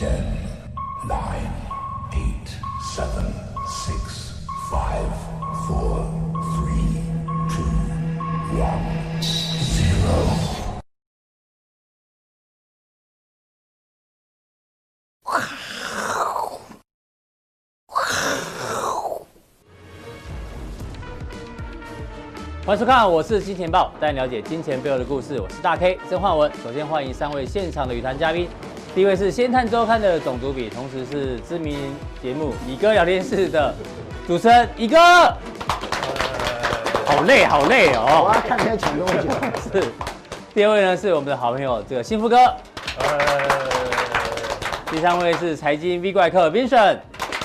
10, 9, 8, 7, 6, 5, 4, 3, 2, 1, 0. 欢迎收看，我是金钱豹，带你了解金钱背后的故事。我是大 K 曾焕文。首先欢迎3位现场的语坛嘉宾，第一位是《先探周刊》的总主笔，同时是知名节目《乙哥聊天室》的主持人乙哥。好累哦！ 我要看天抢多久。 是。第二位呢是我们的好朋友这个幸福哥。第三位是财经 V 怪客 Vincent。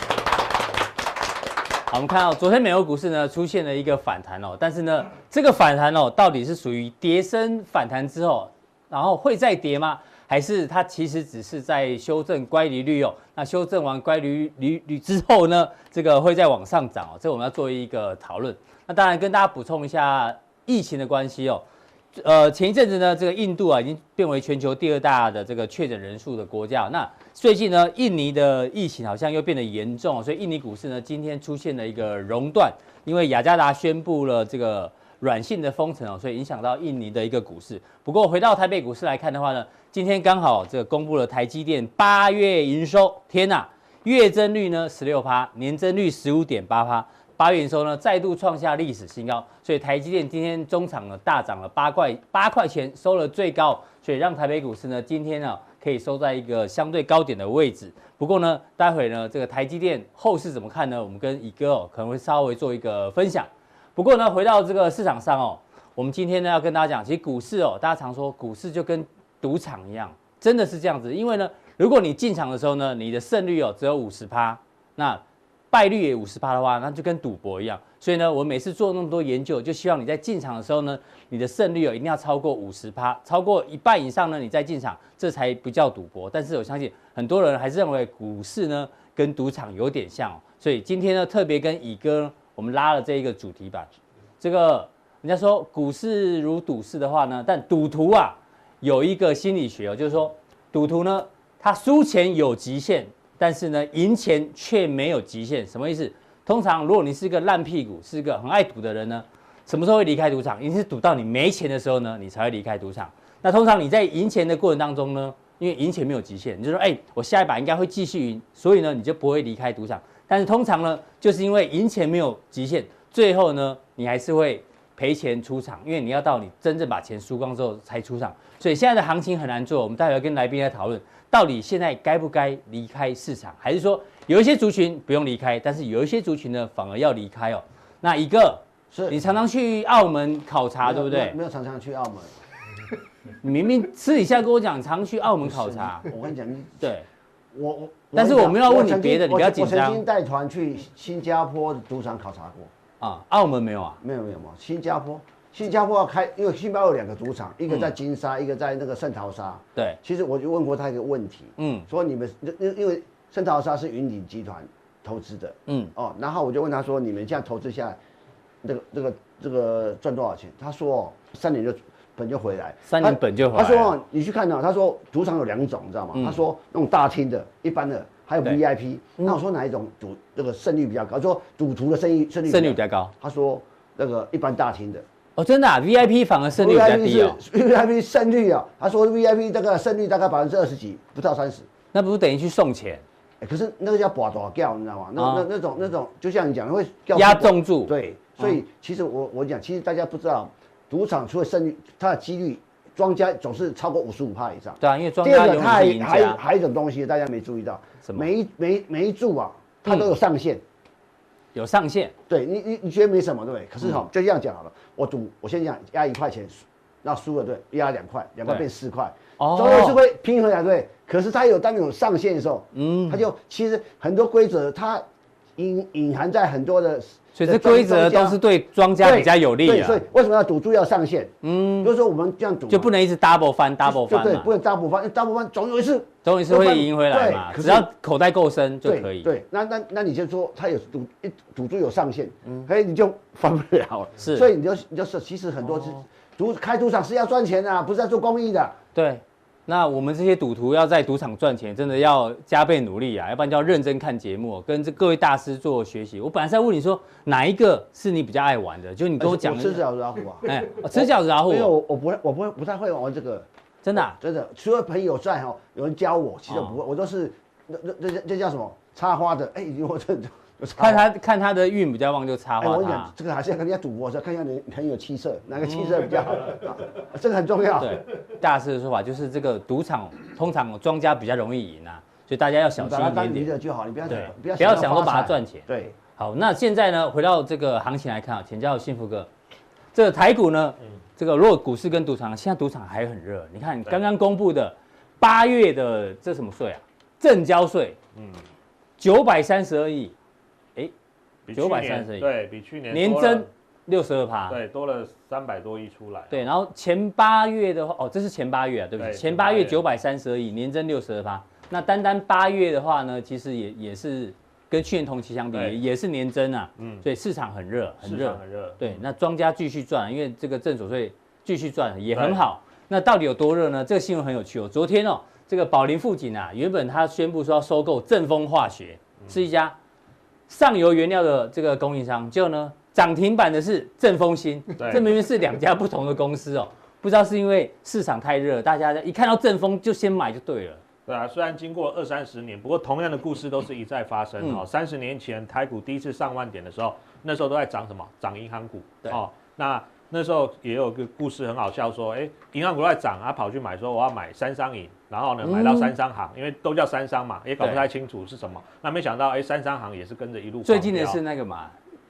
好，我们看到昨天美国股市呢出现了一个反弹哦，但是呢，这个反弹哦到底是属于跌升反弹之后，然后会再跌吗？还是它其实只是在修正乖离率哦？那修正完乖离率之后呢，这个会再往上涨哦？这我们要做一个讨论。那当然跟大家补充一下疫情的关系哦。前一阵子呢，这个印度啊已经变为全球第2大的这个确诊人数的国家。那最近呢，印尼的疫情好像又变得严重，所以印尼股市呢今天出现了一个熔断，因为雅加达宣布了这个软性的封城哦，所以影响到印尼的一个股市。不过回到台北股市来看的话呢，今天刚好这个公布了台积电8月营收，天哪，月增率呢16%，年增率15.8%。8月营收呢再度创下历史新高，所以台积电今天中场呢大涨了8块钱，收了最高，所以让台北股市呢今天呢可以收在一个相对高点的位置。不过呢，待会呢这个台积电后市怎么看呢？我们跟乙哥可能会稍微做一个分享。不过呢，回到这个市场上哦，我们今天呢要跟大家讲，其实股市哦，大家常说股市就跟赌场一样，真的是这样子。因为呢，如果你进场的时候呢，你的胜率哦只有50%，那败率也50%的话，那就跟赌博一样。所以呢，我每次做那么多研究，就希望你在进场的时候呢，你的胜率一定要超过50%，超过一半以上呢，你再进场，这才不叫赌博。但是我相信很多人还是认为股市呢跟赌场有点像哦。所以今天呢，特别跟乙哥我们拉了这一个主题吧。这个人家说股市如赌市的话呢，但赌徒啊有一个心理学哦，就是说赌徒呢他输钱有极限。但是呢，赢钱却没有极限，什么意思？通常如果你是一个烂屁股，是一个很爱赌的人呢，什么时候会离开赌场？一定是赌到你没钱的时候呢，你才会离开赌场。那通常你在赢钱的过程当中呢，因为赢钱没有极限，你就说，我下一把应该会继续赢，所以呢，你就不会离开赌场。但是通常呢，就是因为赢钱没有极限，最后呢，你还是会赔钱出场，因为你要到你真正把钱输光之后才出场。所以现在的行情很难做，我们待会要跟来宾来讨论。到底现在该不该离开市场，还是说有一些族群不用离开，但是有一些族群呢反而要离开哦？那乙哥，你常常去澳门考察，对不对？ 没有常常去澳门。 你明明私底下跟我讲常去澳门考察， 我跟你讲， 对，但是我们要问你别的，你不要紧张。 我曾经带团去新加坡的赌场考察过啊，澳门没有啊？ 没有，新加坡要开，因为新加坡有2个赌场，一个在金沙，一个在那个圣淘沙。对，其实我就问过他一个问题，说你们因为圣淘沙是云顶集团投资的，然后我就问他说，你们这样投资下来，这个赚多少钱？他说3年本就回来，3年本就回来。他说你去看呢，他说赌场有2种，你知道吗？他说那种大厅的、一般的，还有 VIP。那我说哪一种这个胜率比较高？说赌徒的胜率比较高。他说那个一般大厅的。哦，真的啊 ，VIP 反而胜率比较低哦。VIP 胜率啊，他说 VIP 这个胜率大概20%几，不到30%。那不是等于去送钱？可是那个叫拔大叫，你知道吗？那种，就像你讲，会压中注。对，所以其实我讲，其实大家不知道，赌场除了胜率，它的几率，庄家总是超过55%以上。对啊，因为庄家永远是赢家。还有一种东西大家没注意到，什么？每一注啊，它都有上限。有上限，对你觉得没什么，对不对？可是就这样讲好了，我先讲压1块钱，那输了对，压2块，2块变4块，总有是会拼回来，对。可是它当有上限的时候，它就其实很多规则它隐含在很多的，所以这规则都是对庄家比较有利的。对，所以为什么要赌注要上限？就是说我们这样赌就不能一直 double 翻嘛，对，不能 double 翻，因为 double 翻总有一次会赢回来嘛，只要口袋够深就可以。对，那你就说它有赌注有上限，你就翻不了。是，所以你就说，其实很多开赌场是要赚钱的，不是要做公益的。对。 那我们这些赌徒要在赌场赚钱，真的要加倍努力啊，要不然就要认真看节目，跟各位大师做学习。我本来是在问你说哪一个是你比较爱玩的，就你跟我讲。 吃饺子老虎啊！ 哎，吃饺子老虎。 因为我不太会玩这个， 真的真的，除了朋友在哈，有人教我，其实不会，我都是这叫什么插花的？哎，我这。 看他的运比较旺就插花。 我跟你讲，这个还是要跟人家赌博的时候看一下你很有气色，哪个气色比较好，这个很重要。 对，大师的说法就是这个赌场通常庄家比较容易赢啊，所以大家要小心一点点。 娱乐就好，你不要想说把它赚钱。 对， 好，那现在呢，回到这个行情来看啊，请教幸福哥，这个台股呢，这个如果股市跟赌场，现在赌场还很热。你看刚刚公布的8月的这什么税啊？证交税，932亿。930亿， 对比去年年增62%， 对，多了300多亿出来。 对，然后前8月的话，这是前8月啊，对不起，前8月932亿，年增62%。那单8月的话呢，其实也是跟去年同期相比，也是年增啊。所以市场很热，很热。对，那庄家继续赚，因为这个证所税继续赚也很好。那到底有多热呢？这个新闻很有趣哦。昨天这个宝林富锦啊，原本他宣布说要收购正丰化学，是一家上游原料的这个供应商，结果呢涨停板的是正丰锌，这明明是2家不同的公司哦，不知道是因为市场太热，大家一看到正丰就先买就对了。 对啊，虽然经过20-30年，不过同样的故事都是一再发生哦。30年前台股第一次上万点的时候，那时候都在涨什么？涨银行股哦。那时候也有个故事很好笑，说银行股在涨，他跑去买说我要买三商银，然后呢买到三商行，因为都叫三商嘛，也搞不太清楚是什么。那没想到三商行也是跟着一路。 最近的是那个嘛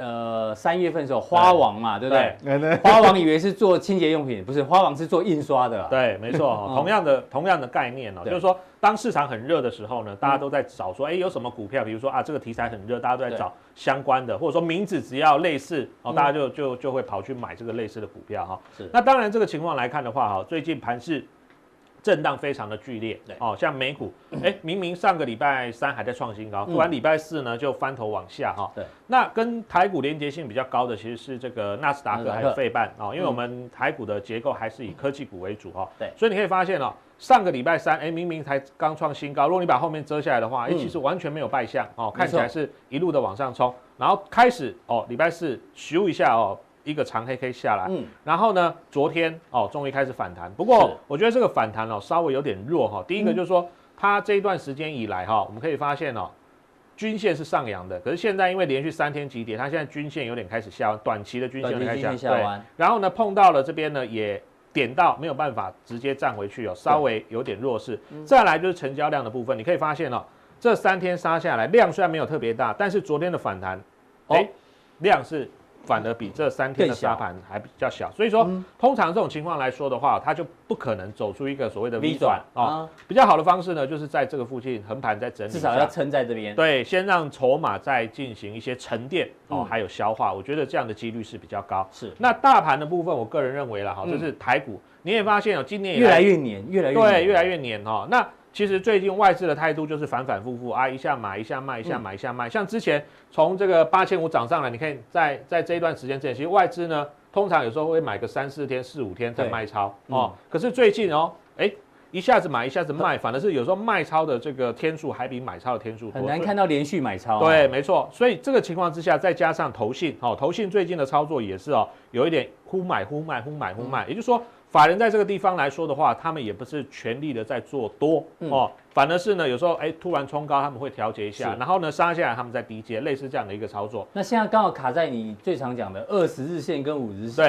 ，3月份的时候花王嘛，对不对？花王以为是做清洁用品，不是，花王是做印刷的。 对，没错，同样的概念哦，就是说当市场很热的时候呢，大家都在找说，有什么股票，比如说这个题材很热，大家都在找相关的，或者说名字只要类似，大家就会跑去买这个类似的股票哈。那当然这个情况来看的话，最近盘势震荡非常的剧烈，像美股，明明上个礼拜3还在创新高，突然礼拜4呢就翻头往下哈。对，那跟台股连结性比较高的其实是这个纳斯达克还有费半因为我们台股的结构还是以科技股为主哈。对，所以你可以发现上个礼拜3，明明才刚创新高，如果你把后面遮下来的话，其实完全没有败相看起来是一路的往上冲，然后开始礼拜4咻一下一个长黑 K 下来，然后呢，昨天终于开始反弹。不过我觉得这个反弹稍微有点弱第一个就是说，它这一段时间以来我们可以发现均线是上扬的，可是现在因为连续3天急跌，它现在均线有点开始下弯，短期的均线有点开始下弯。然后呢，碰到了这边呢也点到没有办法直接站回去稍微有点弱势。再来就是成交量的部分，你可以发现这3天杀下来，量虽然没有特别大，但是昨天的反弹，量是反而比这3天的杀盘还比较小，所以说通常这种情况来说的话，它就不可能走出一个所谓的 V 转比较好的方式呢，就是在这个附近横盘再整理， 至少要撑在这边。 对，先让筹码再进行一些沉淀还有消化，我觉得这样的几率是比较高。是，那大盘的部分，我个人认为啦就是台股，你也发现今年越来越黏，越来越黏那其实最近外资的态度就是反反复复一下买一下卖，一下买一下卖。像之前从这个8500涨上来，你看在这一段时间之前，其实外资呢通常有时候会买个3-4天、4-5天再卖超可是最近一下子买一下子卖，反而是有时候卖超的这个天数还比买超的天数多， 很难看到连续买超。 对，没错。所以这个情况之下，再加上投信最近的操作也是有一点忽买忽卖，也就是说。法人在这个地方来说的话，他们也不是全力的在做多反而是呢有时候突然冲高他们会调节一下，然后呢杀下来他们再低接，类似这样的一个操作。 那现在刚好卡在你最常讲的20日线跟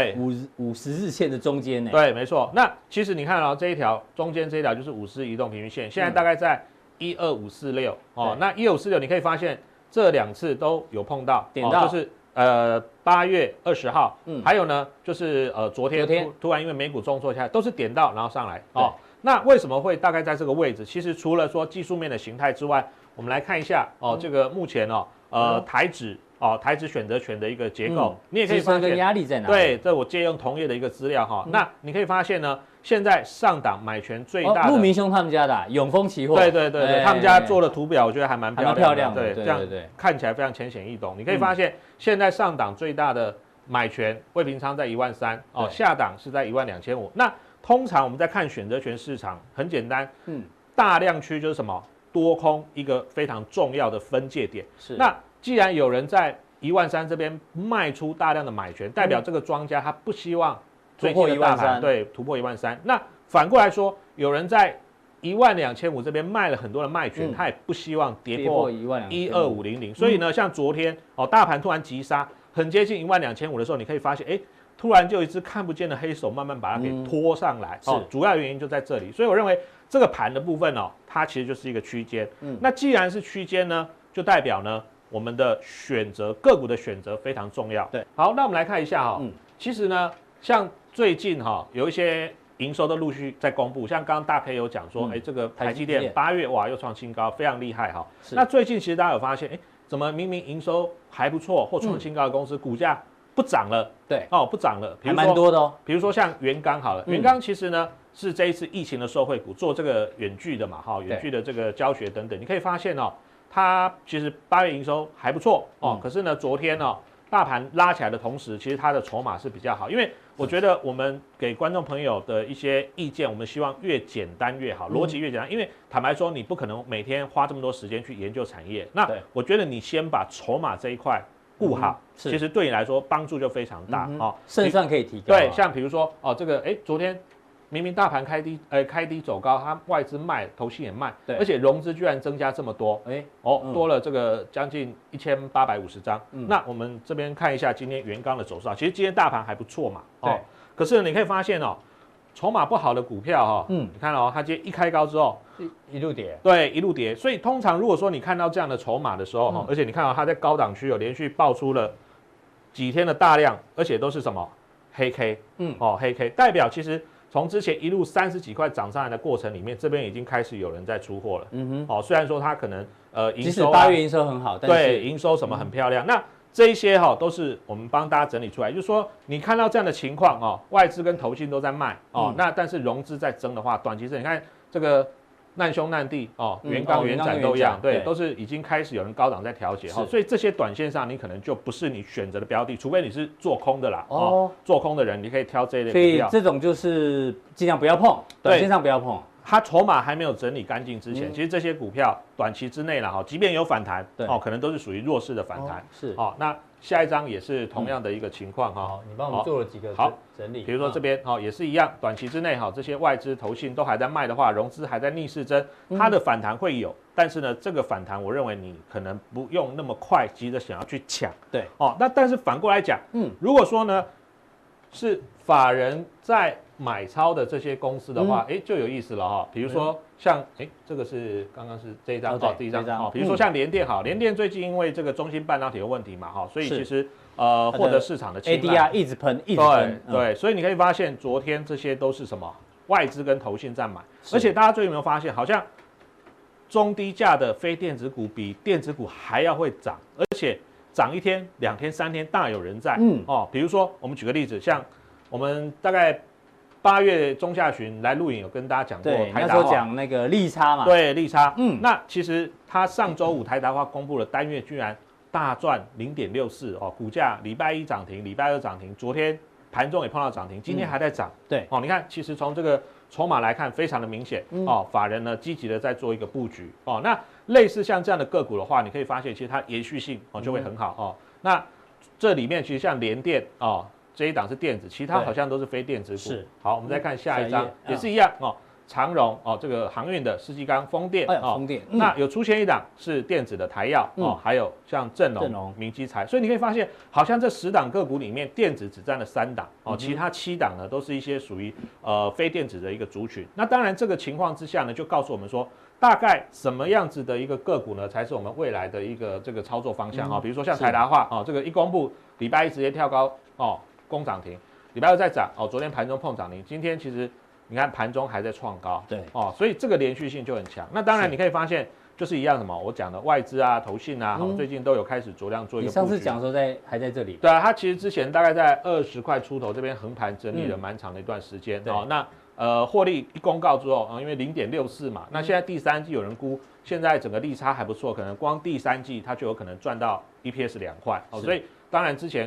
50日线的中间呢。 对，没错。那其实你看这一条中间这一条就是50日移动平均线，现在大概在12546那12546你可以发现这2次都有碰到点到， 就是8月20号，还有呢，就是昨天突然因为美股重挫下来，都是点到然后上来那为什么会大概在这个位置？其实除了说技术面的形态之外，我们来看一下这个目前台指选择权的一个结构，你也可以发现压力在哪里？ 对，这我借用同业的一个资料那你可以发现呢，现在上档买权最大的陆明兄他们家的永丰期货， 对，他们家做的图表我觉得还蛮漂亮的， 对， 这样看起来非常浅显易懂。你可以发现现在上档最大的买权未平仓在13000下档是在12500。那通常我们在看选择权市场，很简单，大量区就是什么多空一个非常重要的分界点。是，那既然有人在13000这边卖出大量的买权，代表这个庄家他不希望最近的大盘对突破13000。那反过来说，有人在12500这边卖了很多的卖权，他也不希望跌破12500。所以呢，像昨天大盘突然急杀，很接近12500的时候，你可以发现，突然就有一只看不见的黑手慢慢把它给拖上来。主要原因就在这里。所以我认为这个盘的部分它其实就是一个区间。那既然是区间呢，就代表呢我们的选择个股的选择非常重要。对，好，那我们来看一下其实呢，像最近有一些营收都陆续在公布，像刚刚大 K 有讲说，这个台积电8月哇又创新高，非常厉害哈。那最近其实大家有发现，怎么明明营收还不错或创新高的公司，股价不涨了？对，不涨了，还蛮多的哦。比如说像元刚好了，元刚其实呢是这一次疫情的受惠股，做这个远距的嘛，远距的这个教学等等，你可以发现它其实8月营收还不错可是呢昨天大盘拉起来的同时，其实它的筹码是比较好，因为我觉得我们给观众朋友的一些意见，我们希望越简单越好，逻辑越简单。因为坦白说，你不可能每天花这么多时间去研究产业。那我觉得你先把筹码这一块顾好，其实对你来说帮助就非常大胜算可以提高。 对，像比如说这个昨天明明大盘开低走高，它外资卖，投信也卖，而且融资居然增加这么多，多了这个将近1850张。那我们这边看一下今天元刚的走势其实今天大盘还不错嘛，可是你可以发现筹码不好的股票你看它今天一开高之后一路跌， 对，一路跌。所以通常如果说你看到这样的筹码的时候而且你看到它在高档区有连续爆出了几天的大量，而且都是什么黑 K，黑 K 代表其实从之前一路30几块涨上来的过程里面，这边已经开始有人在出货了。虽然说它可能营收即使8月营收很好，但是对营收什么很漂亮，那这一些都是我们帮大家整理出来，就是说你看到这样的情况外资跟投信都在卖那但是融资在增的话，短期之内你看这个难兄难弟元刚元展都一样，对，都是已经开始有人高档在调节所以这些短线上你可能就不是你选择的标的，除非你是做空的啦做空的人你可以挑这一类股票， 所以这种就是尽量不要碰，短线上不要碰。 它筹码还没有整理干净之前，其实这些股票短期之内即便有反弹可能都是属于弱势的反弹是那下一张也是同样的一个情况你帮我们做了几个整理， 比如说这边也是一样，短期之内这些外资投信都还在卖的话，融资还在逆势增，它的反弹会有，但是呢这个反弹我认为你可能不用那么快急着想要去抢，对那但是反过来讲如果说呢是法人在买超的这些公司的话就有意思了比如说像这个是刚刚是这一张第一张比如说像联电联电最近因为这个中芯半导体的问题嘛所以其实获得市场的青睐 ADR 一直喷对所以你可以发现昨天这些都是什么外资跟投信在买，而且大家最近有没有发现好像中低价的非电子股比电子股还要会涨，而且涨1天2天3天大有人在比如说我们举个例子，像我们大概8月中下旬来录影有跟大家讲过台达化， 那时候讲那个利差嘛， 对利差，那其实它上周五台达化公布了单月居然大赚0.64股价礼拜1涨停，礼拜2涨停，昨天盘中也碰到涨停，今天还在涨，对你看其实从这个筹码来看非常的明显法人呢积极的在做一个布局那类似像这样的个股的话，你可以发现其实它延续性就会很好那这里面其实像联电这一档是电子，其他好像都是非电子股。是，好，我们再看下一张，也是一样长荣这个航运的世纪钢、风电风电， 那有出现一档是电子的台药还有像正隆、明基材，所以你可以发现，好像这10档个股里面，电子只占了3档其他7档呢都是一些属于非电子的一个族群。那当然这个情况之下呢，就告诉我们说，大概什么样子的一个个股呢，才是我们未来的一个这个操作方向比如说像台达化这个一公布，礼拜1直接跳高攻涨停，礼拜2再涨昨天盘中碰涨停，今天其实你看盘中还在创高，对所以这个连续性就很强。那当然你可以发现就是一样什么，我讲的外资投信最近都有开始酌量做一个布局。 你上次讲说还在这里， 对它其实之前大概在20块出头这边横盘整理了蛮长的一段时间那获利一公告之后因为0.64嘛，那现在第3季有人估现在整个利差还不错，可能光第3季它就有可能赚到 EPS 2块所以当然之前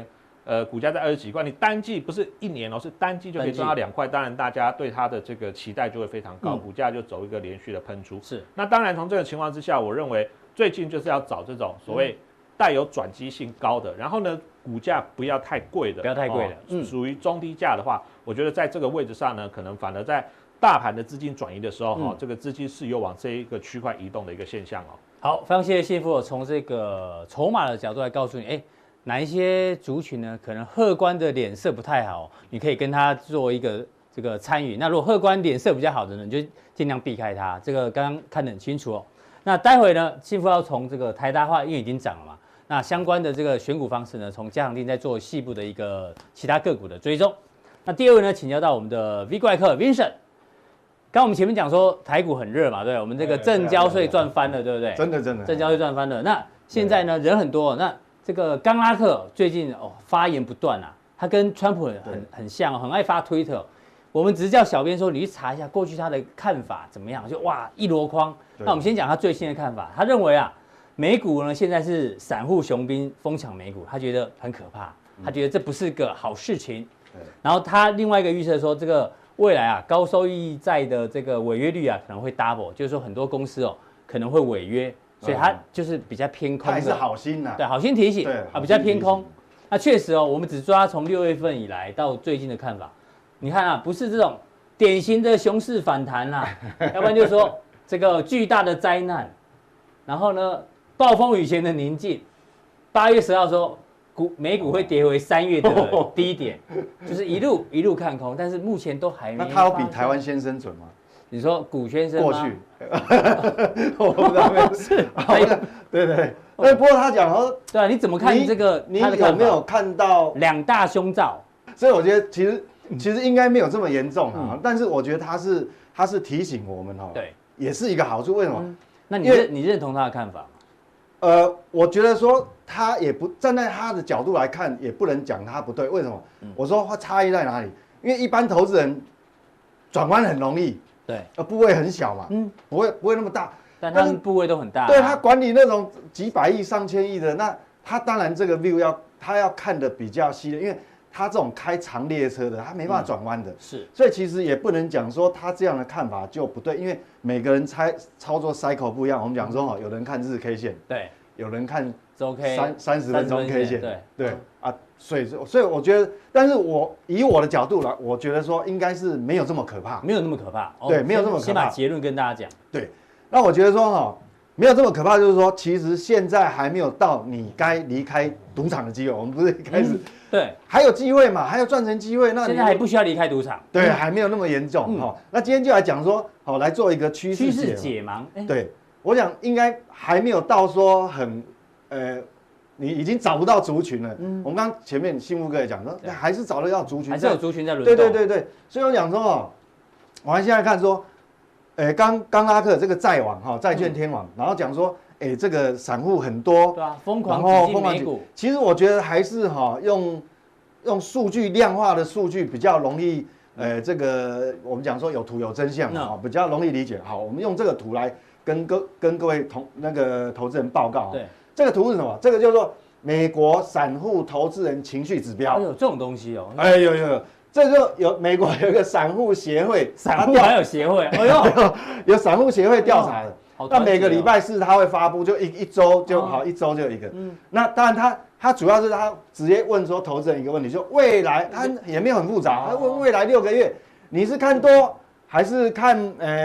股价在20几块，你单季不是1年哦，是单季就可以赚到2块，当然大家对它的这个期待就会非常高，股价就走一个连续的喷出。 是， 那当然从这个情况之下，我认为最近就是要找这种所谓带有转机性高的，然后呢股价不要太贵的， 不要太贵的， 属于中低价的话，我觉得在这个位置上呢，可能反而在大盘的资金转移的时候，这个资金是有往这一个区块移动的一个现象哦。 好，非常谢谢幸福从这个筹码的角度来告诉你，哪一些族群呢，可能客观的脸色不太好，你可以跟他做一个这个参与。那如果客观脸色比较好的呢，你就尽量避开它。这个刚刚看得很清楚哦。那待会呢，幸福要从这个台达化，因为已经涨了嘛，那相关的这个选股方式呢，从加强定再做细部的一个其他个股的追踪。那第二位呢，请教到我们的 V 怪客 Vincent。刚我们前面讲说台股很热嘛，对，我们这个证交税赚翻了，对不对？ 真的， 证交税赚翻了。那现在呢，人很多，那这个冈拉克最近发言不断啊，他跟川普很像，很爱发推特。我们只是叫小编说，你去查一下过去他的看法怎么样，就哇一箩筐。那我们先讲他最新的看法，他认为啊，美股呢现在是散户雄兵疯抢美股，他觉得很可怕，他觉得这不是个好事情。然后他另外一个预测说，这个未来啊高收益债的这个违约率啊可能会 double， 就是说很多公司可能会违约。所以它就是比较偏空的， 还是好心呐， 对，好心提醒，比较偏空。那确实我们只抓从6月份以来到最近的看法，你看啊，不是这种典型的熊市反弹啦，要不然就说这个巨大的灾难，然后呢，暴风雨前的宁静。8月10号说美股会跌回3月的低点，就是一路看空，但是目前都还没。 那它有比台湾先生准吗？ 你说古先生过去，我不知道是，对，不过他讲说， 对啊，你怎么看这个？ 你有没有看到 2大凶兆？ 所以我觉得其实应该没有这么严重啊，但是我觉得他是提醒我们对， 也是一个好处。为什么？ 那你认同他的看法吗？我觉得说他也不站在他的角度来看，也不能讲他不对。为什么？我说他差异在哪里？因为一般投资人转弯很容易。 对， 部位很小嘛，不会那么大， 但他们部位都很大。 对，他管理那种几百亿、上千亿的，那他当然这个 view 他要看的比较细的，因为他这种开长列车的，他没办法转弯的， 是， 所以其实也不能讲说他这样的看法就不对，因为每个人操作 cycle 不一样。我们讲说有人看日 K 线， 对， 有人看周 K 30分钟 K 线，对啊。所以我觉得，但是以我的角度来，我觉得说应该是没有这么可怕， 没有那么可怕， 对，没有这么可怕。 先把结论跟大家讲。 对，那我觉得说没有这么可怕，就是说其实现在还没有到你该离开赌场的机会。我们不是一开始对， 还有机会嘛，还有赚钱机会。那现在还不需要离开赌场， 对，还没有那么严重那今天就来讲说，来做一个趋势解盲。 对，我想应该还没有到说很你已经找不到族群了。我们刚前面幸福哥也讲说，还是找得到族群， 还是有族群在轮动。 对，所以我讲说我们现在看说，刚拉克这个债王债券天王，然后讲说，这个散户很多， 对啊，疯狂挤进美股。 其实我觉得还是用数据量化的数据比较容易，这个我们讲说有图有真相比较容易理解。好，我们用这个图来跟各位投资人报告。对。这个图是什么？这个叫做美国散户投资人情绪指标。 有这种东西哦。 有，这就有美国有一个散户协会， 散户还有协会。 有散户协会调查的。那每个礼拜4他会发布，就一周就好，一周就一个。那当然他主要是他直接问说投资人一个问题，就未来他也没有很复杂，他问未来6个月你是看多还是看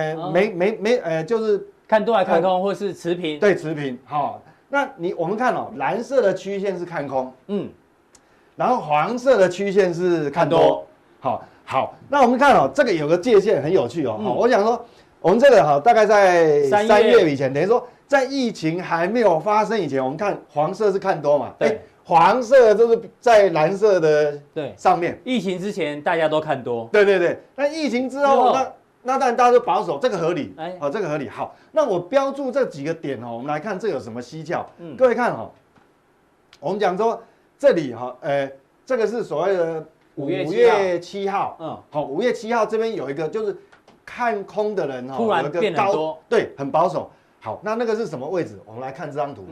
就是看多还看空，或是持平？ 对，持平。好。那我们看蓝色的曲线是看空，然后黄色的曲线是看多，好，那我们看这个有个界限很有趣我想说我们这个大概在3月以前，等于说在疫情还没有发生以前，我们看黄色是看多嘛，对，黄色就是在蓝色的上面。 疫情之前大家都看多， 对，那疫情之后那当然大家都保守，这个合理，这个合理。好，那我标注这几个点我们来看这有什么蹊跷。各位看我们讲说这里这个是所谓的5月7号，5月7号这边有一个就是看空的人突然变很多， 对，很保守。好，那个是什么位置？我们来看这张图。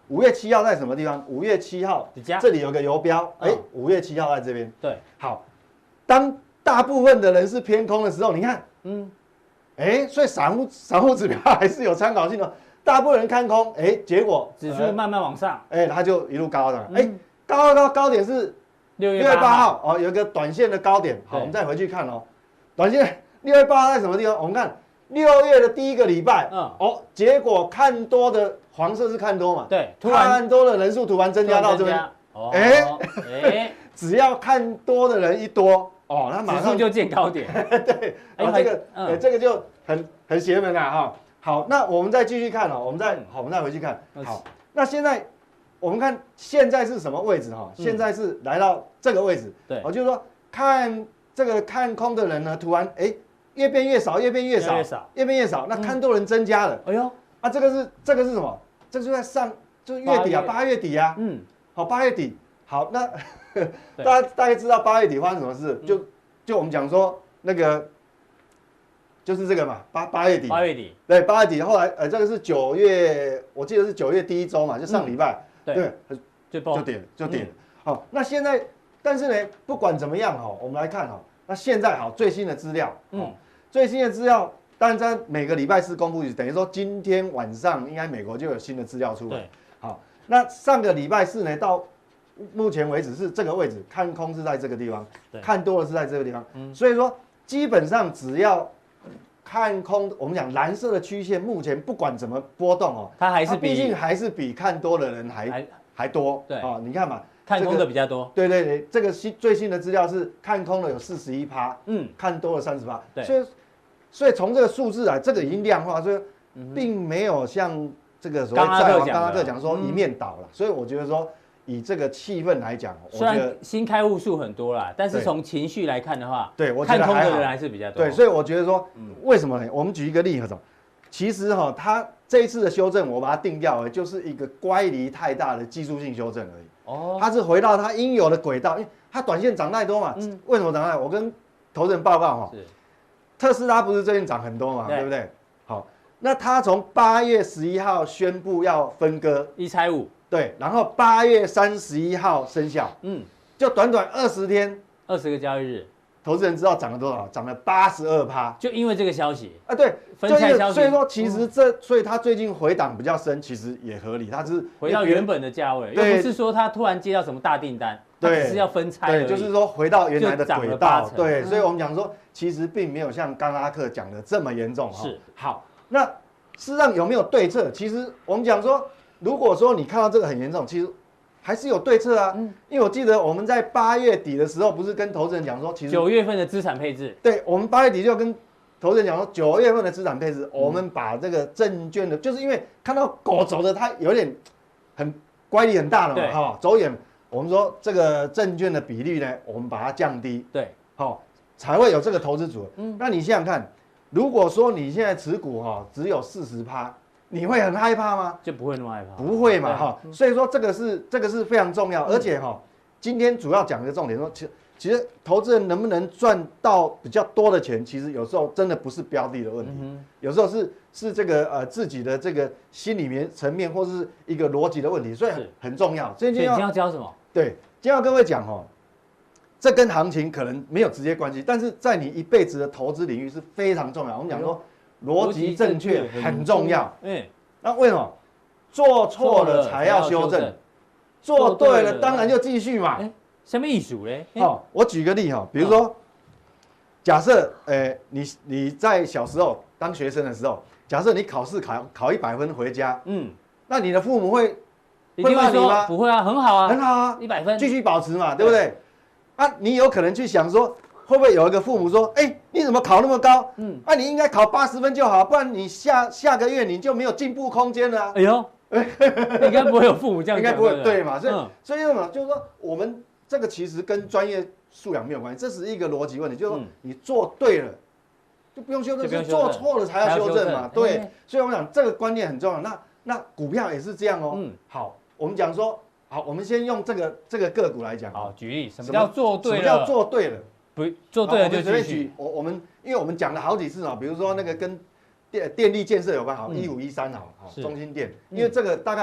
5月7号在什么地方？5月7号，这里有个游标，5月7号在这边。 对， 好，当大部分的人是偏空的时候，你看，所以散户指标还是有参考性的。大部分人看空，结果指数慢慢往上， 它就一路高上来。高点是 6月8 号哦，有一个短线的高点。好，我们再回去看哦，短线6月8号在什么地方？我们看6月的第一个礼拜，结果看多的黄色是看多嘛？ 对， 看多的人数突然增加到这边，只要看多的人一多，那马上就见高点。 对，这个就很邪门啦哈。好，那我们再继续看哦，我们再回去看。好，那现在我们看现在是什么位置哈？现在是来到这个位置， 对， 就是说看空的人呢，突然越变越少，越变越少，那看多人增加了。哎呦，这个是什么？这就在就是月底啊，8月底啊。好，8月底。好，那大家大概知道8月底发生什么事？就我们讲说那个。就是这个嘛，8月底。对，8月底。后来这个是9月，我记得是9月第一周嘛，就上礼拜。对，就跌了。好，那现在，但是呢，不管怎么样哈，我们来看哈，那现在好最新的资料，最新的资料，当然在每个礼拜四公布，等于说今天晚上应该美国就有新的资料出来。好，那上个礼拜四呢，到目前为止是这个位置，看空是在这个地方，看多的是在这个地方。所以说，基本上只要看空，我们讲蓝色的曲线，目前不管怎么波动它还是毕竟还是比看多的人还多。对你看嘛， 看空的比较多。 对，这个最新的资料是看空的有41%，看多了30%。对，所以从这个数字啊，这个已经量化，所以并没有像这个所谓刚刚讲说一面倒了。所以我觉得说，以这个气氛来讲， 虽然新开户数很多啦，但是从情绪来看的话， 对我觉得看空的人还是比较多。 对，所以我觉得说，为什么呢？我们举一个例子，其实它这一次的修正，我把它定调为就是一个乖离太大的技术性修正而已。它是回到它应有的轨道，因为它短线涨太多嘛。为什么涨太多？我跟投资人报告特斯拉不是最近涨很多嘛，对不对？好，那它从8月11号宣布要分割 1拆5。 对，然后8月31号生效，就短短20天 ，20个交易日， 投资人知道涨了多少？涨了82%， 就因为这个消息啊，对， 分拆消息， 所以说其实所以它最近回档比较深，其实也合理，它是回到原本的价位，又不是说它突然接到什么大订单， 对， 只是要分拆， 对，就是说回到原来的轨道，对，所以我们讲说，其实并没有像刚拉克讲的这么严重哈。是，好，那事实上有没有对策？其实我们讲说。如果说你看到这个很严重，其实还是有对策啊。因为我记得我们在8月底的时候，不是跟投资人讲说，其实 9月份的资产配置， 对，我们8月底就跟投资人讲说，9月份的资产配置，我们把这个证券的，就是因为看到狗走的它有点很乖离很大了嘛，走远，我们说这个证券的比率呢，我们把它降低，对，才会有这个投资组合。那你想想看，如果说你现在持股只有40%。你会很害怕吗？ 就不会那么害怕， 不会嘛所以说这个是非常重要，而且今天主要讲的重点说，其实投资人能不能赚到比较多的钱，其实有时候真的不是标的的问题，有时候是这个自己的这个心里面层面或是一个逻辑的问题，所以很重要。 所以今天要教什么？ 对，今天要跟各位讲这跟行情可能没有直接关系，但是在你一辈子的投资领域是非常重要。我们讲说。逻辑正确很重要，那为什么做错了才要修正，做对了当然就继续嘛？ 什么意思嘞？ 我举个例比如说，假设你在小时候当学生的时候，假设你考试考100分回家，那你的父母会骂你吗？ 不会啊，很好啊， 很好啊 ，100分继续保持嘛，对不对？你有可能去想说。会不会有一个父母说：“你怎么考那么高？你应该考80分就好，不然你下个月你就没有进步空间了。”哎呦， 应该不会有父母这样讲， 应该不会对嘛？所以什么？就是说我们这个其实跟专业素养没有关系，这是一个逻辑问题，就是说你做对了就不用修正，做错了才要修正嘛。对，所以我们讲这个观念很重要。那股票也是这样好，我们讲说，好，我们先用这个个股来讲。 好，举例，什么叫做对了？ 什么叫做对了？ 不做对了就继续。 我们因为我们讲了好几次比如说那个跟电力建设有关，好1513好，中兴电，因为这个大概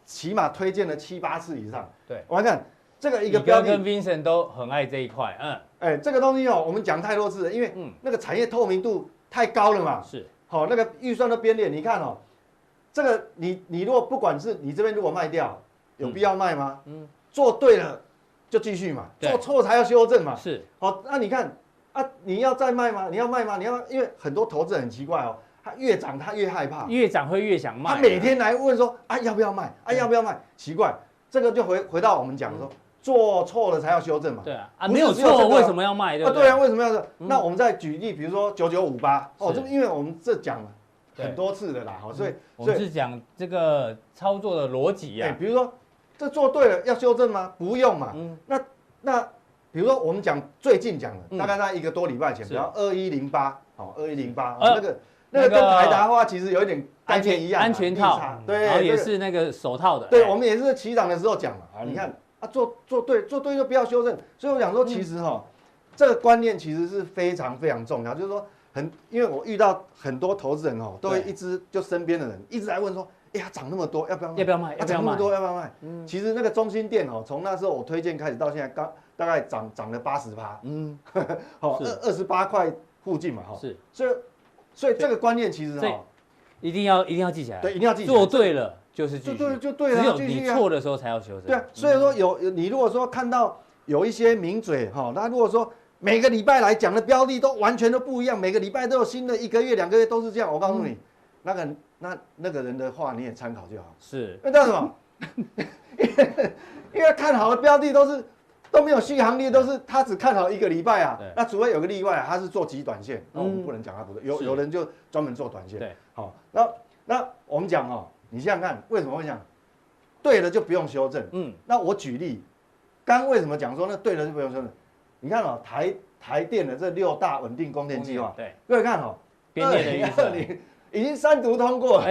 起码推荐了7、8次以上。 对， 我来看这个一个标的， 跟 Vincent 都很爱这一块。 这个东西哦，我们讲太多次了，因为那个产业透明度太高了嘛。 是， 好，那个预算都编列，你看哦，这个你如果不管是你这边如果卖掉，有必要卖吗？做对了就继续嘛，做错才要修正嘛。 是， 好，那你看啊，你要再卖吗？你要卖吗？因为很多投资人很奇怪哦，他越涨他越害怕， 越涨会越想卖。 他每天来问说啊要不要卖？啊要不要卖？奇怪，这个就回到我们讲说，做错了才要修正嘛。 对啊，没有错为什么要卖？对不对？ 对啊，为什么要？那我们再举例，比如说9958哦，这因为我们这讲了很多次的啦，好，所以我们是讲这个操作的逻辑啊。 比如说这做对了要修正吗？不用嘛。那比如说我们讲最近讲的，大概在1个多礼拜前，比如2108，好2108，那个跟台达化其实有一点概念一样， 安全套， 对， 然后也是那个手套的。 对，我们也是起涨的时候讲嘛，啊，你看啊，做对就不要修正。所以我想说，其实这个观念其实是非常非常重要，就是说因为我遇到很多投资人都会一直就身边的人一直来问说，哎呀，涨那么多，要不要卖？ 要不要卖？ 涨那么多，要不要卖？其实那个中心店从那时候我推荐开始到现在，大概涨了80%，好，28块附近嘛， 是， 所以这个观念其实一定要记起来， 对，一定要记起来， 做对了就是继续， 就对了， 只有你错的时候才要修正。 对啊，所以说你如果说看到有一些名嘴那如果说每个礼拜来讲的标的都完全都不一样，每个礼拜都有新的，1个月、2个月都是这样，我告诉你，那个人的话你也参考就好。 是， 因为什么？因为看好的标的都没有续航力，都是他只看好1个礼拜啊。那除非有个例外，他是做极短线，那我们不能讲他不对。有人就专门做短线。 对， 好，那我们讲你想想看，为什么会讲对了就不用修正？那我举例，刚为什么讲说那对了就不用修正？你看台电的这6大稳定供电计划， 对， 各位看编列的预算已经3读通过了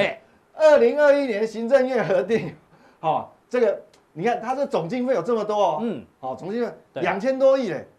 ，2021年行政院核定，这个你看它这总经费有这么多总经费2000多亿嘞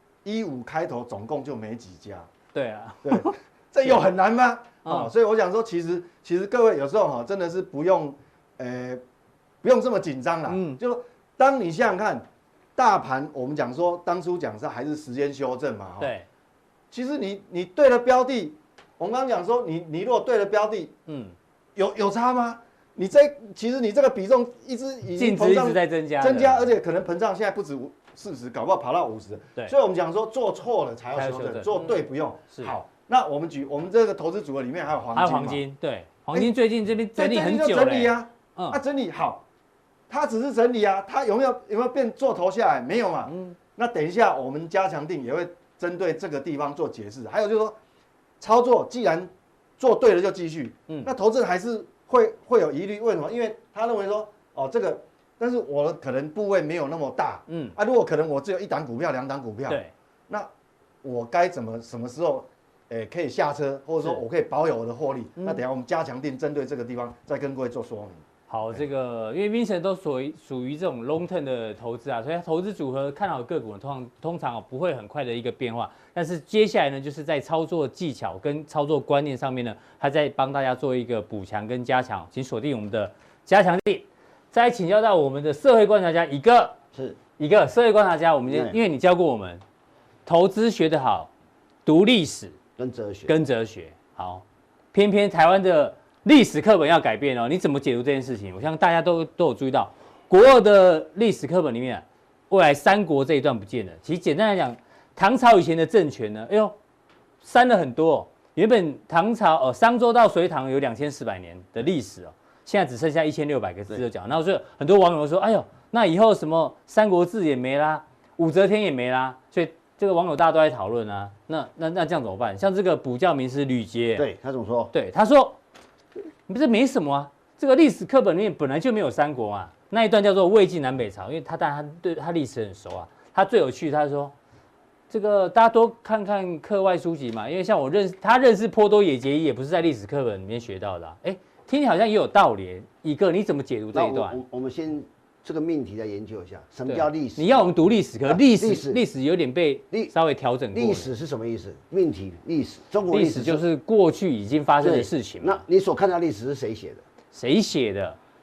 ，15開頭总共就没几家， 对啊， 对，这有很难吗？所以我想说，其实各位有时候真的是不用这么紧张啦，就当你想想看，大盘我们讲说当初讲是还是时间修正嘛， 对， 其实你对了标的。我们刚刚讲说，你如果对了标的，有差吗？其实你这个比重已经膨胀，一直在增加， 而且可能膨胀现在不止40，搞不好跑到50。对，所以我们讲说做错了才要修正，做对不用。好，那我们这个投资组合里面还有黄金， 对，黄金最近这边整理很久了， 整理啊，整理好，它只是整理啊，它有没有变做头下来？没有嘛。那等一下我们加强定也会针对这个地方做解释，还有就是说。操作既然做对了就继续，那投资人还是会有疑虑，为什么？因为他认为说，这个，但是我可能部位没有那么大，如果可能我只有1档股票、2档股票，对，那我该什么时候，可以下车，或者说我可以保有我的获利？那等一下我们加强定针对这个地方再跟各位做说明。 好，这个因为 Vincent 都属于这种 long term 的投资啊，所以投资组合看好个股通常不会很快的一个变化，但是接下来呢，就是在操作技巧跟操作观念上面呢，他在帮大家做一个补强跟加强，请锁定我们的加强定。再请教到我们的社会观察家一个社会观察家，我们因为你教过我们，投资学得好，读历史跟哲学，好，偏偏台湾的历史课本要改变你怎么解读这件事情？我相信大家都有注意到，国二的历史课本里面，未来三国这一段不见了。其实简单来讲，唐朝以前的政权呢，删了很多。原本唐朝商周到隋唐有2400年的历史现在只剩下1600个字就讲。然后所以很多网友说，哎呦，那以后什么三国志也没啦，武则天也没啦，所以这个网友大家都在讨论啊。那这样怎么办？像这个补教名师吕捷， 对他怎么说？ 对他说。这没什么啊，这个历史课本里面本来就没有三国嘛，那一段叫做魏晋南北朝，因为他对他历史很熟啊。他最有趣，他说这个大家多看看课外书籍嘛，因为像他认识波多野结衣也不是在历史课本里面学到的听起来好像也有道理。一个你怎么解读这一段？ 我们先这个命题来研究一下，什么叫历史？ 你要我们读历史，可历史有点被稍微调整过。 历史是什么意思？命题历史，中国历史就是过去已经发生的事情。 那你所看到的历史是谁写的？ 谁写的？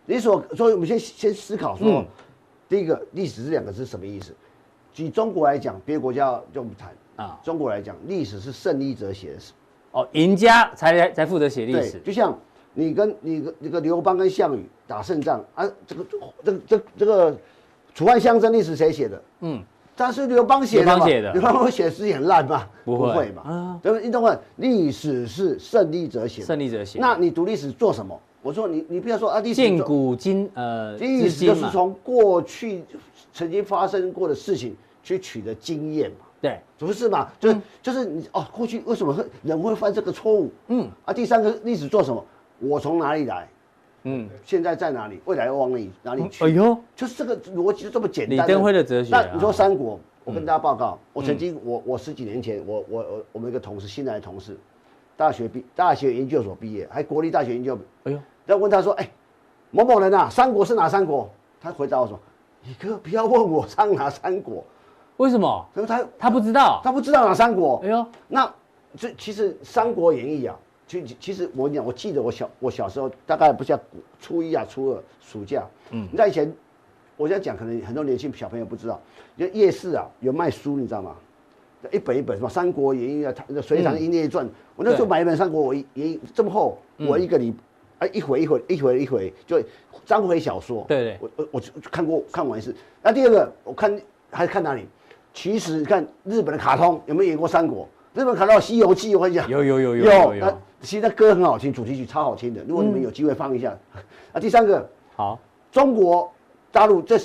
所以我们先思考说，第一个历史这2个字是什么意思？举中国来讲，别的国家就不谈啊。中国来讲，历史是胜利者写的史。 赢家才负责写历史。 就像你跟刘邦跟项羽打胜仗啊，这个楚汉相争历史谁写的？但是刘邦写的嘛，刘邦会写诗很烂吗？不会嘛。对不对？你懂吗？历史是胜利者写的。 胜利者写。 那你读历史做什么？我说你不要说啊，历史见古历史就是从过去曾经发生过的事情去取得经验嘛。 对， 不是嘛？就是你过去为什么人会犯这个错误？第3个历史做什么？我从哪里来？现在在哪里？未来往哪里去？哎呦，就是这个逻辑就这么简单。 李登辉的哲学。 那你说三国，我跟大家报告，我曾经我10几年前，我们一个同事，新来的同事，大学研究所毕业，还国立大学研究。哎呦，然后问他说，某某人啊，三国是哪三国？他回答我说，你哥不要问我上哪三国。 为什么？ 因为他不知道， 他不知道哪三国。哎呦，那这其实《三国演义》啊，其实我讲，我记得我小时候大概不像初1啊、初2暑假，你在以前，我现在讲可能很多年轻小朋友不知道，就夜市啊有卖书，你知道吗？一本一本什么《三国演义》啊，《隋唐英烈传》，我那时候买一本《三国演义》这么厚，我一回就章回小说。 对， 我看完一次。那第二个我还看哪里？其实你看日本的卡通有没有演过三国？日本卡通《西游记》，我跟你讲， 有。 其实那歌很好听，主题曲超好听的。如果你们有机会放一下。第三个，好，中国大陆这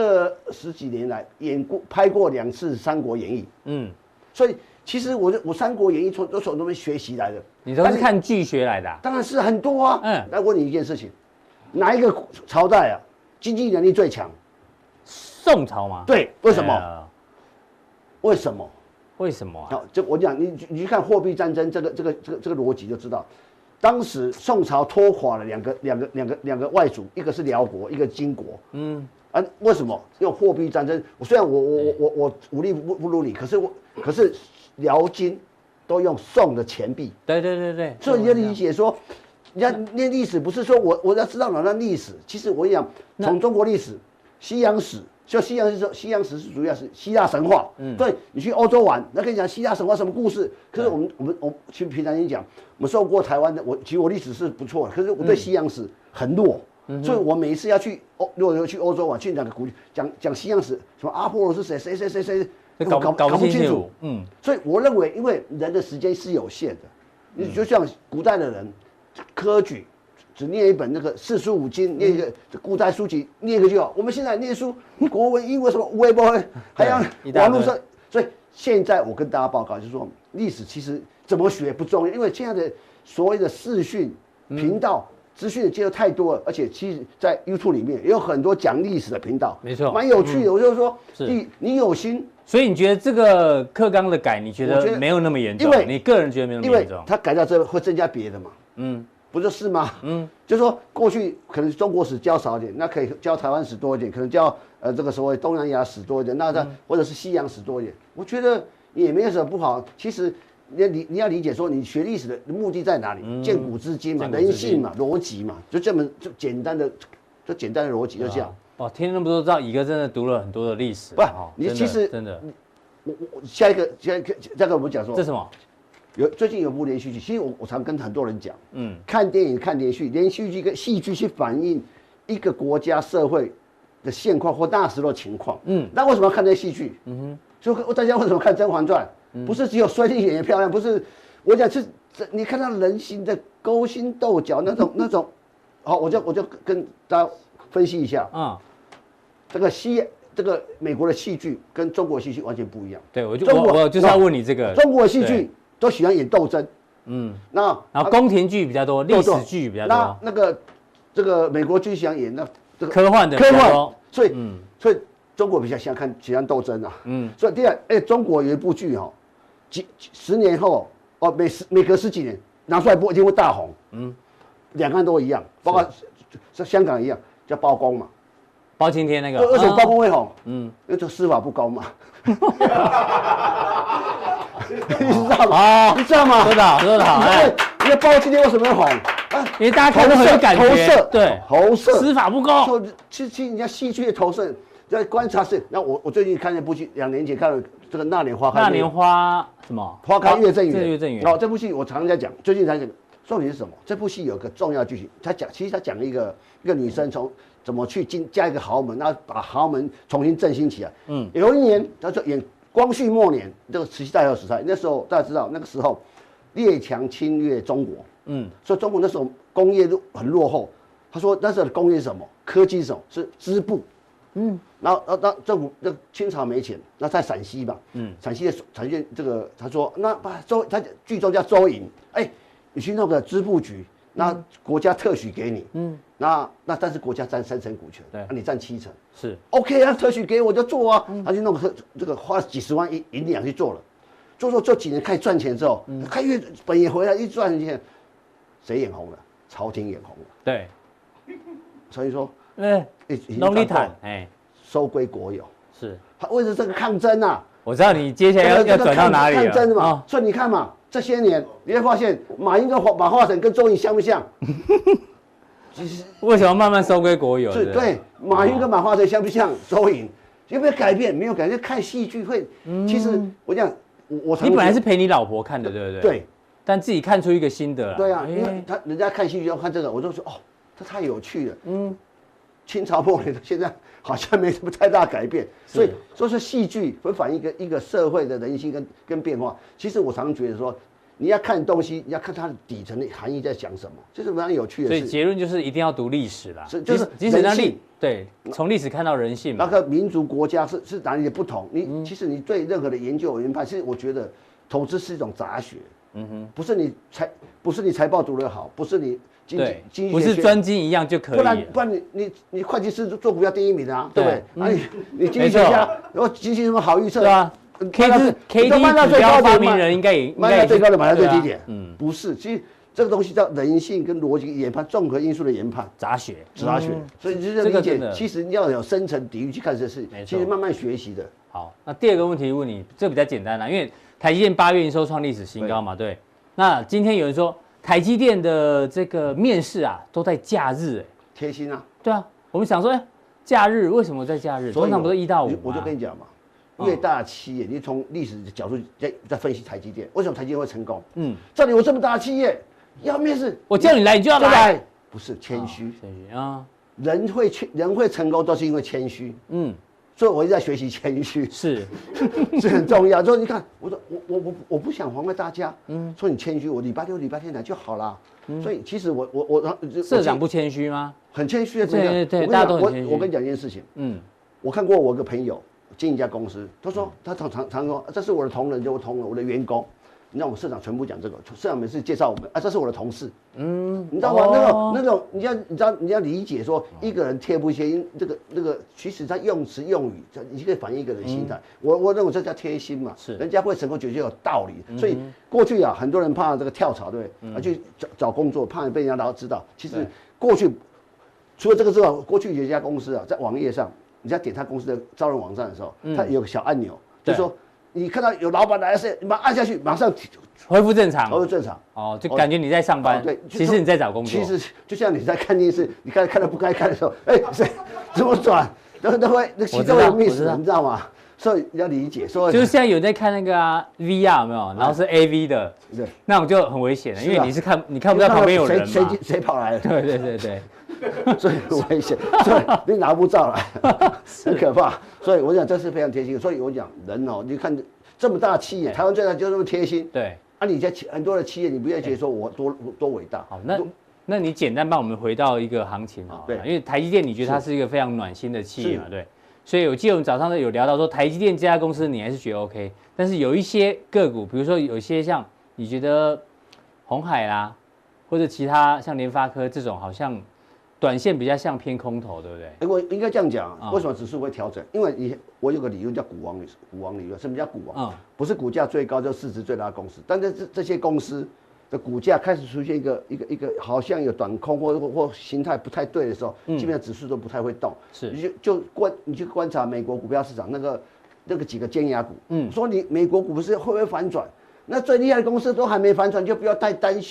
10几年来拍过2次《三国演义》。所以其实我《三国演义》都从那边学习来的。 你都是看剧学来的？ 当然是很多啊。来问你一件事情，哪一个朝代啊经济能力最强？ 宋朝吗？ 对，为什么？为什么？ 为什么啊？ 就我讲，你去看货币战争这个逻辑就知道，当时宋朝拖垮了两个外族，一个是辽国，一个金国。为什么用货币战争？虽然我武力不如你，可是辽金都用宋的钱币。 对。 所以你要理解说，你要念历史，不是说我要知道哪段历史。其实我讲从中国历史、西洋史。就西洋史是主要是希腊神话，对，你去欧洲玩，那跟你讲希腊神话什么故事？可是我们去平常心讲，我们受过台湾的，其实我历史是不错的，可是我对西洋史很弱，所以我每一次要去如果去欧洲玩，去哪个古讲西洋史，什么阿波罗是谁， 搞不清楚， 所以我认为，因为人的时间是有限的，你就像古代的人，科举。只念一本那个四书五经，念一个古代书籍，念一个就好。我们现在念书，国文、英文什么微博，还要网络上，所以现在我跟大家报告，就是说历史其实怎么学不重要，因为现在的所谓的视讯频道资讯的接受太多了，而且其实，在 YouTube 里面也有很多讲历史的频道， 没错， 蛮有趣的。我就是说，你有心， 所以你觉得这个课纲的改，你觉得没有那么严重？因为你个人觉得没有那么严重， 因为他改到这会增加别的嘛，不就是吗？就是说过去可能中国史教少一点，那可以教台湾史多一点，可能教这个所谓东南亚史多一点，或者是西洋史多一点，我觉得也没有什么不好。其实你要理解说，你学历史的目的在哪里？见古知今嘛，人性嘛，逻辑嘛，就简单的逻辑就这样。 听那么多，知道乙哥真的读了很多的历史。 不，你其实真的， 我下一个我们讲说， 这什么？ 最近有部连续剧，其实我常跟很多人讲，看电影、看连续剧跟戏剧去反映一个国家社会的现况或那时候的情况。那为什么要看这些戏剧？就大家为什么看《甄嬛传》？不是只有孙俪演得漂亮，不是我讲是你看到人心的勾心斗角那种，好，我就跟大家分析一下这个美国的戏剧跟中国戏剧完全不一样。 对，我就是要问你这个， 中国的戏剧都喜欢演斗争， 然后宫廷剧比较多，历史剧比较多。 这个美国剧喜欢演科幻的， 所以中国比较喜欢斗争啊。所以第二，中国有一部剧10年后每隔10几年拿出来播，一定会大红。两岸都一样，包括香港一样，叫包公嘛。 包青天那个， 为什么包公会红？因为这司法不高嘛。你知道吗？你知道吗？ 知道。 你看包青天为什么会红？ 因为大家看都很有感觉， 投射， 对， 投射， 司法不公。 其实人家戏剧的投射，在观察是。那我最近看那部剧，2年前看了这个《那年花开》。 那年花什么？ 花开月正圆。 月正圆。 哦，这部戏我常常在讲，最近才讲。重点是什么？这部戏有个重要剧情，其实他讲一个女生从怎么去加一个豪门，然后把豪门重新振兴起来。有一年他说演光绪末年，这个慈禧太后时代，那时候大家知道，那个时候列强侵略中国，所以中国那时候工业都很落后。他说那时候的工业是什么？科技是什么？是织布。然后政府那清朝没钱，那在陕西嘛，陕西这个他说那把他剧中叫周莹，你去那个织布局，那国家特许给你，那但是国家占3成股权，你占7成， 是 OK 啊，特许给我就做啊，他就弄这个花了几十万银两去做了，做几年开始赚钱之后，开月本也回来一赚钱，谁眼红了？朝廷眼红了， 对， 所以说， 农历坦， 收归国有， 是他为了这个抗争啊。 我知道你接下来要转到哪里了， 抗争嘛，所以你看嘛。这些年你会发现，马英跟马化腾跟周莹像不像？ 其实为什么慢慢收归国有？ 对，马云跟马化腾像不像周莹？有没有改变？没有改变。看戏剧会，其实我讲， 你本来是陪你老婆看的，对不对？ 对。 但自己看出一个心得了。 对啊，因为人家看戏剧要看这个，我就说哦，这太有趣了。清朝末年到现在好像没什么太大改变，所以说戏剧会反映一个社会的人性跟变化。其实我常觉得说，你要看东西，你要看它的底层的含义在讲什么，这是非常有趣的事。 所以结论就是一定要读历史啦， 就是即使让对，从历史看到人性嘛。 那个民族国家是哪里的不同？其实你对任何的研究研判，其实我觉得投资是一种杂学。不是你财报读得好，不是你经济不是专精一样就可以， 不然你会计师做股票第1名啊，对不对？那你经济学家，然后经济什么好预测？ 对啊 ，K D 卖到最高发明人应该卖到最高的买到最低点，不是，其实这个东西叫人性跟逻辑研判综合因素的研判， 杂学， 所以就是理解，其实你要有深层底蕴去看这事，其实慢慢学习的。 好，那第2个问题问你，这比较简单啦，因为台积电8月营收创历史新高嘛，对。那今天有人说台积电的这个面试啊，都在假日， 贴心啊。 对啊，我们想说，假日为什么在假日？通常不是1到5吗？ 我就跟你讲嘛，越大的企业，你从历史的角度在分析台积电，为什么台积电会成功？照理我这么大的企业要面试， 我叫你来你就要来， 不是谦虚啊。 人会成功都是因为谦虚，所以我一直在学习谦虚， 是很重要。所以你看，我说我不想妨碍大家，说你谦虚，我礼拜6、礼拜天来就好啦。所以其实我社长不谦虚吗？ 很谦虚的， 对，大家都很谦虚。 我跟你讲一件事情，我看过我一个朋友经营一家公司，他说他常说这是我的同仁，就我同仁，我的员工。你知道我们社长全部讲这个，社长每次介绍我们这是我的同事，你知道吗？那种你要理解说一个人贴不贴心，那个其实他用词用语，你可以反映一个人心态。我认为这叫贴心嘛，是人家会成功，绝对有道理。所以过去啊，很多人怕这个跳槽，对不对？去找工作，怕被人家知道。其实过去除了这个之外，过去有一家公司啊，在网页上，你在点他公司的招人网站的时候，它有个小按钮，就是说。你看到有老板来你把它按下去，马上恢复正常。 恢复正常哦，就感觉你在上班。对，其实你在找工作。 其实就像你在看电视，你看到不该看的时候，谁怎么转，都会其中有 miss，你知道吗？所以你要理解。所以就是现在有人在看那个VR 有没有？然后是 AV 的，对，那种就很危险了，因为你看不到旁边有人嘛。 谁跑来了？ 对。 所以很危险，所以你拿不照来，很可怕。所以我讲这是非常贴心。所以我讲人你看这么大的企业，台湾最大就这么贴心。 对， 你在很多的企业，你不要觉得说我多伟大。 好，那你简单帮我们回到一个行情对，因为台积电你觉得它是一个非常暖心的企业嘛，对。所以我记得我们早上有聊到说，台积电这家公司你还是觉得 OK， 但是有一些个股，比如说有一些像你觉得鸿海啦，或者其他像联发科这种，好像短线比较像偏空头，对不对？ 我应该这样讲，为什么指数会调整？因为我有个理论叫股王理论。什么叫股王？不是股价最高就市值最大的公司，但是这些公司的股价开始出现一个好像有短空或形态不太对的时候，基本上指数都不太会动。 是， 你去观察美国股票市场那个几个尖牙股，说你美国股市会不会反转？那最厉害的公司都还没反转，就不要太担心。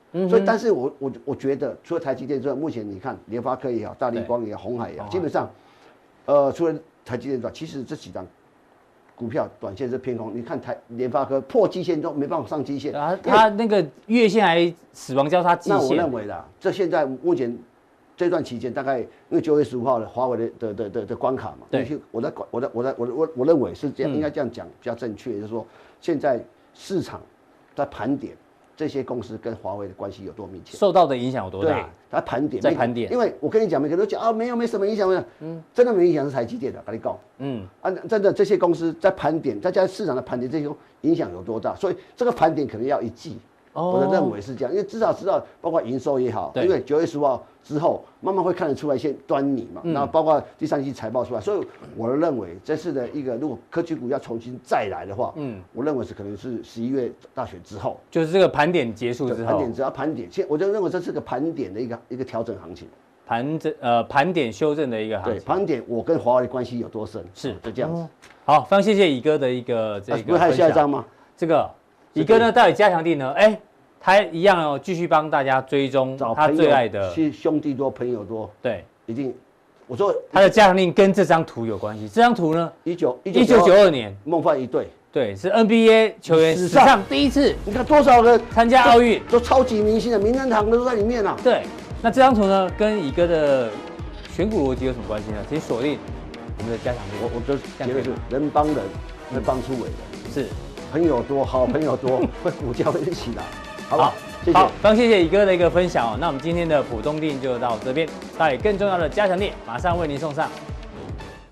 所以，但是我觉得，除了台积电之外，目前你看联发科也好，大立光也好，鸿海也好，基本上，除了台积电之外，其实这几张股票短线是偏空。你看联发科破季线都没办法上季线， 它那个月线还死亡交叉季线。 那我认为啦，这现在目前这段期间，大概因为9月15号的华为的关卡嘛，对，我认为是这样，应该这样讲比较正确，就是说现在市场在盘点。这些公司跟华为的关系有多密切， 受到的影响有多大？ 对，它盘点， 在盘点。 因为我跟你讲，每个人都讲啊，没什么影响，真的没影响是台积电的，跟你讲，真的这些公司在盘点，再加上市场的盘点，这些影响有多大？所以这个盘点可能要一季。我的认为是这样，因为至少知道，包括营收也好，因为9月15号之后，慢慢会看得出来一些端倪嘛。然后包括第3季财报出来，所以我的认为这次的一个，如果科技股要重新再来的话，我认为是可能是11月大选之后， 就是这个盘点结束之后， 盘点只要盘点，我就认为这是个盘点的一个调整行情， 盘点修正的一个行情。 对，盘点我跟华为的关系有多深， 是就这样子。 好，非常谢谢乙哥的一个这个。 不是还有下一张吗？ 这个乙哥呢，到底加强定呢？他一样哦，继续帮大家追踪他最爱的， 是兄弟多朋友多， 对， 一定。我说他的加强令跟这张图有关系。这张图呢 ，1992年梦幻一队， 对，是 NBA 球员史上第一次。 你看多少个参加奥运， 都超级明星的名人堂都在里面啊。 对，那这张图呢，跟乙哥的选股逻辑有什么关系呢？其实锁定我们的加强令， 我就觉得是人帮人，会帮出伟人， 是朋友多，好朋友多，会股价会一起来。好，谢谢。 好，非常谢谢乙哥的一个分享哦。那我们今天的浦东定就到这边，待更重要的加强店马上为您送上。